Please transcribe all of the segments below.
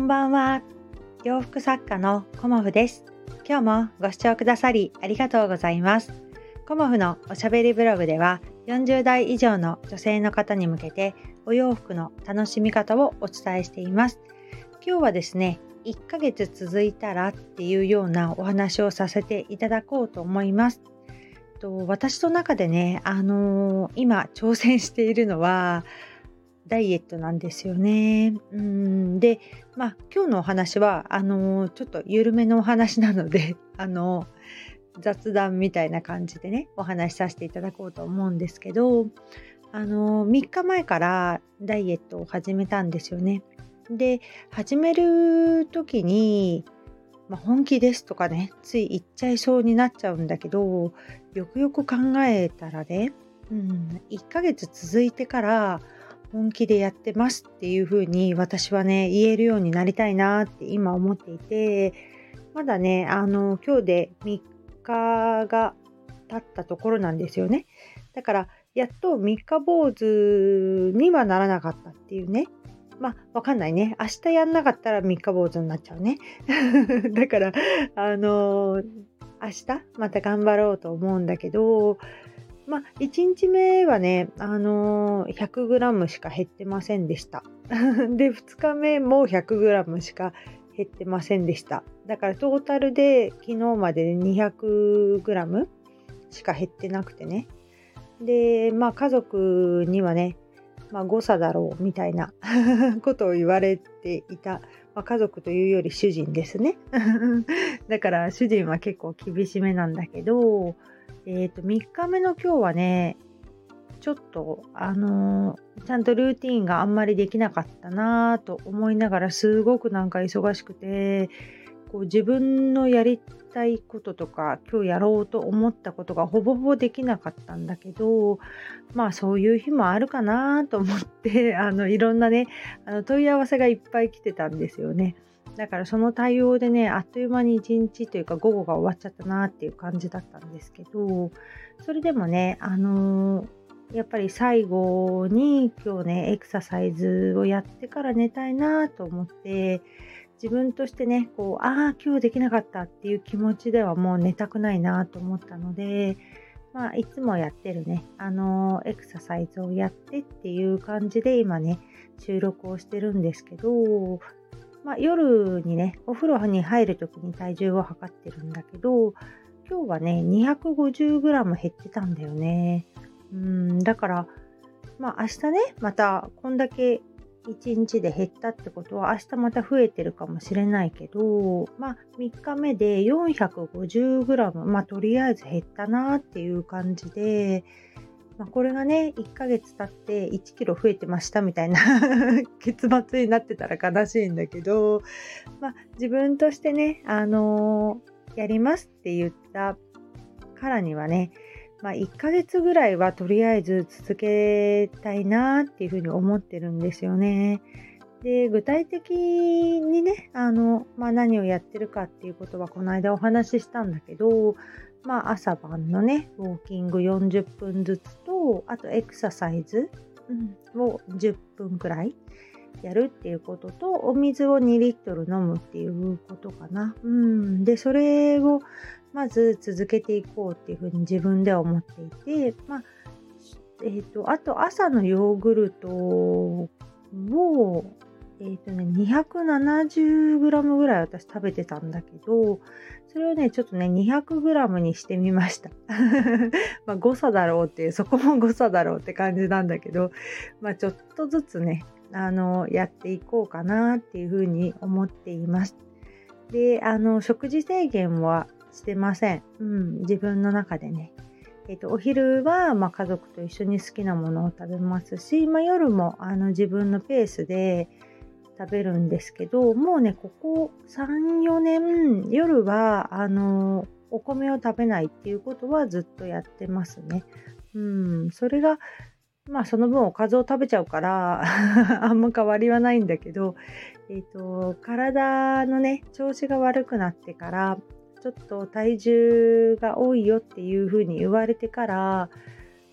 ばんは。洋服作家のコモフです。今日もご視聴くださりありがとうございます。コモフのおしゃべりブログでは40代以上の女性の方に向けてお洋服の楽しみ方をお伝えしています。今日はですね、1ヶ月続いたらっていうようなお話をさせていただこうと思います。私の中でね、今挑戦しているのはダイエットなんですよね。で、今日のお話はちょっと緩めのお話なので雑談みたいな感じでねお話しさせていただこうと思うんですけど、3日前からダイエットを始めたんですよね。で、始める時に、本気ですとかね、つい言っちゃいそうになっちゃうんだけど、よくよく考えたらね、1ヶ月続いてから本気でやってますっていう風に私はね、言えるようになりたいなって今思っていて、まだね、今日で3日が経ったところなんですよね。だから、やっと3日坊主にはならなかったっていうね。わかんないね。明日やんなかったら3日坊主になっちゃうね。だから、明日また頑張ろうと思うんだけど、1日目はね、100グラムしか減ってませんでした。で、2日目も100グラムしか減ってませんでした。だからトータルで昨日まで200グラムしか減ってなくてね。で、家族にはね、誤差だろうみたいなことを言われていた。家族というより主人ですね。だから主人は結構厳しめなんだけど、3日目の今日はね、ちょっとちゃんとルーティーンがあんまりできなかったなと思いながら、すごくなんか忙しくて、こう自分のやりたいこととか今日やろうと思ったことがほぼほぼできなかったんだけど、そういう日もあるかなと思っていろんなね問い合わせがいっぱい来てたんですよね。だからその対応でね、あっという間に一日というか午後が終わっちゃったなっていう感じだったんですけど、それでもね、やっぱり最後に今日ね、エクササイズをやってから寝たいなと思って、自分としてね、今日できなかったっていう気持ちではもう寝たくないなと思ったので、いつもやってるね、エクササイズをやってっていう感じで今ね、収録をしてるんですけど、夜にね、お風呂に入るときに体重を測ってるんだけど、今日はね、250グラム減ってたんだよね。だから、明日ね、またこんだけ1日で減ったってことは、明日また増えてるかもしれないけど、3日目で450グラム、とりあえず減ったなっていう感じで、これがね、1ヶ月経って1キロ増えてましたみたいな結末になってたら悲しいんだけど、自分としてね、やりますって言ったからにはね、1ヶ月ぐらいはとりあえず続けたいなっていうふうに思ってるんですよね。で、具体的にね、何をやってるかっていうことはこの間お話ししたんだけど、朝晩のね、ウォーキング40分ずつと、あとエクササイズ、を10分くらいやるっていうことと、お水を2リットル飲むっていうことかな。で、それをまず続けていこうっていうふうに自分では思っていて、あと朝のヨーグルトを、270グラムぐらい私食べてたんだけど、それをね、ちょっとね、200グラムにしてみました。誤差だろうっていう、そこも誤差だろうって感じなんだけど、ちょっとずつね、やっていこうかなっていうふうに思っています。で、食事制限はしてません。自分の中でね。お昼は、家族と一緒に好きなものを食べますし、夜も自分のペースで食べるんですけど、もうね、ここ3、4年、夜はお米を食べないっていうことはずっとやってますね。それがその分おかずを食べちゃうからあんま変わりはないんだけど、体のね調子が悪くなってから、ちょっと体重が多いよっていう風に言われてから、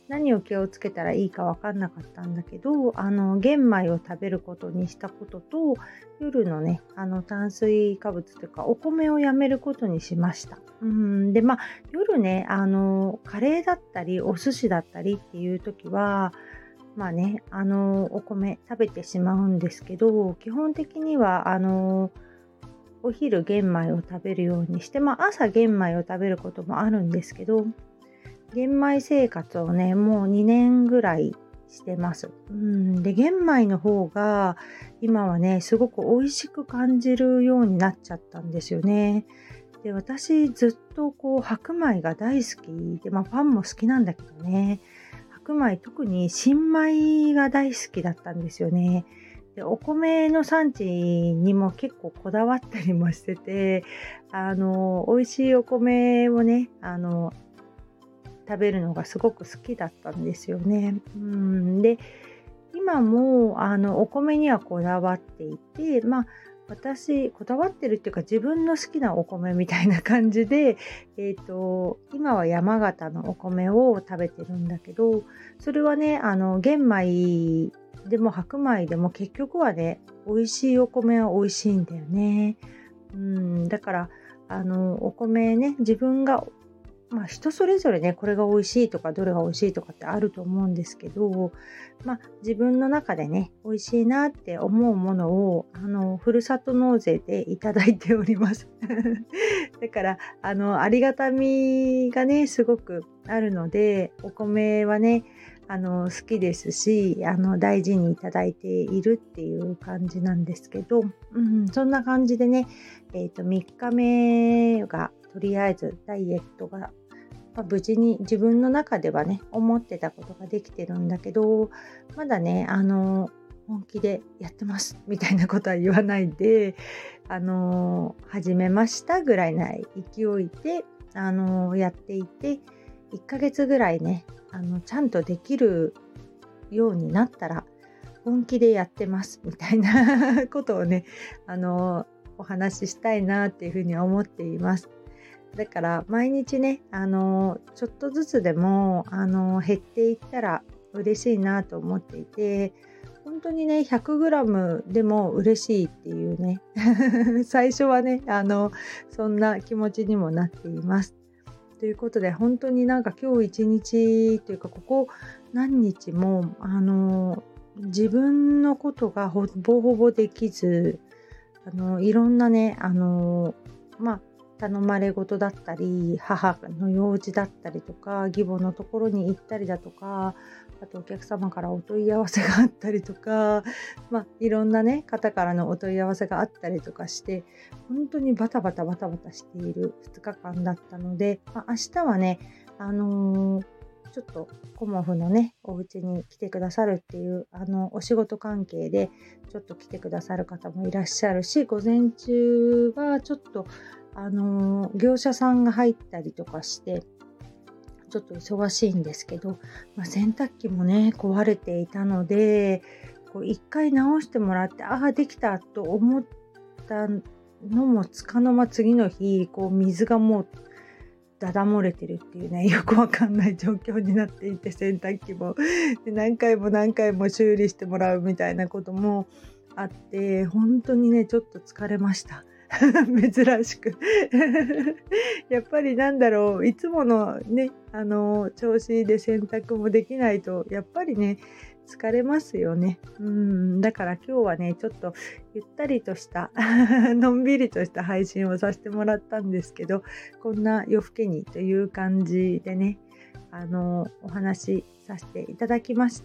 何を気をつけたらいいか分かんなかったんだけど、玄米を食べることにしたことと、夜のね炭水化物というかお米をやめることにしました。で夜ねカレーだったりお寿司だったりっていう時はお米食べてしまうんですけど、基本的にはお昼玄米を食べるようにして、朝玄米を食べることもあるんですけど、玄米生活をねもう2年ぐらいしてます。で玄米の方が今はねすごく美味しく感じるようになっちゃったんですよね。で私ずっと白米が大好きで、パンも好きなんだけどね、白米特に新米が大好きだったんですよね。でお米の産地にも結構こだわったりもしてて、美味しいお米をね食べるのがすごく好きだったんですよね。で今もお米にはこだわっていて、私こだわってるっていうか自分の好きなお米みたいな感じで、今は山形のお米を食べてるんだけど、それはね玄米でも白米でも結局はね美味しいお米は美味しいんだよね。だからお米ね自分が人それぞれねこれが美味しいとかどれが美味しいとかってあると思うんですけど、自分の中でね美味しいなって思うものをふるさと納税でいただいておりますだからありがたみがねすごくあるので、お米はね好きですし大事にいただいているっていう感じなんですけど、そんな感じでね、3日目がとりあえずダイエットが、無事に自分の中ではね思ってたことができてるんだけど、まだね本気でやってますみたいなことは言わないで始めましたぐらいな勢いでやっていて、1ヶ月ぐらいねちゃんとできるようになったら本気でやってますみたいなことをねお話ししたいなっていうふうに思っています。だから毎日ねちょっとずつでも減っていったら嬉しいなと思っていて、本当にね 100g でも嬉しいっていうね最初はねそんな気持ちにもなっています。ということで本当に今日一日というかここ何日も自分のことがほぼほぼできず、いろんなね頼まれ事だったり母の用事だったりとか義母のところに行ったりだとか、あとお客様からお問い合わせがあったりとか、いろんなね方からのお問い合わせがあったりとかして本当にバタバタしている2日間だったので、明日はねちょっとコモフのねお家に来てくださるっていうお仕事関係でちょっと来てくださる方もいらっしゃるし、午前中はちょっと業者さんが入ったりとかしてちょっと忙しいんですけど、洗濯機もね壊れていたので一回直してもらってできたと思ったのもつかの間次の日水がもうダダ漏れてるっていうねよくわかんない状況になっていて、洗濯機もで何回も修理してもらうみたいなこともあって本当にねちょっと疲れました珍しくやっぱりいつものね調子で洗濯もできないとやっぱりね疲れますよね。だから今日はねちょっとゆったりとしたのんびりとした配信をさせてもらったんですけど、こんな夜更けにという感じでねお話しさせていただきました。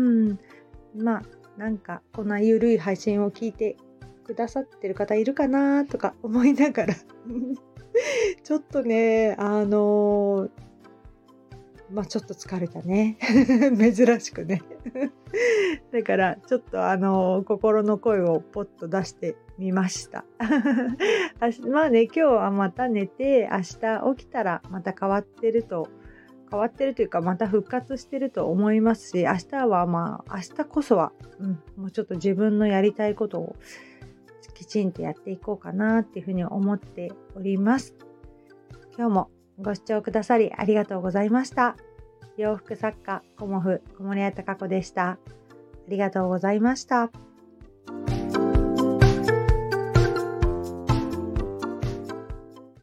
こんなゆるい配信を聞いてくださってる方いるかなとか思いながらちょっとねちょっと疲れたね珍しくねだからちょっと心の声をポッと出してみました今日はまた寝て明日起きたらまた変わってるというかまた復活してると思いますし、明日は明日こそは、もうちょっと自分のやりたいことをきちんとやっていこうかなっていうふうに思っております。今日もご視聴くださりありがとうございました。 洋服作家コモフ小森屋隆子でした。ありがとうございました。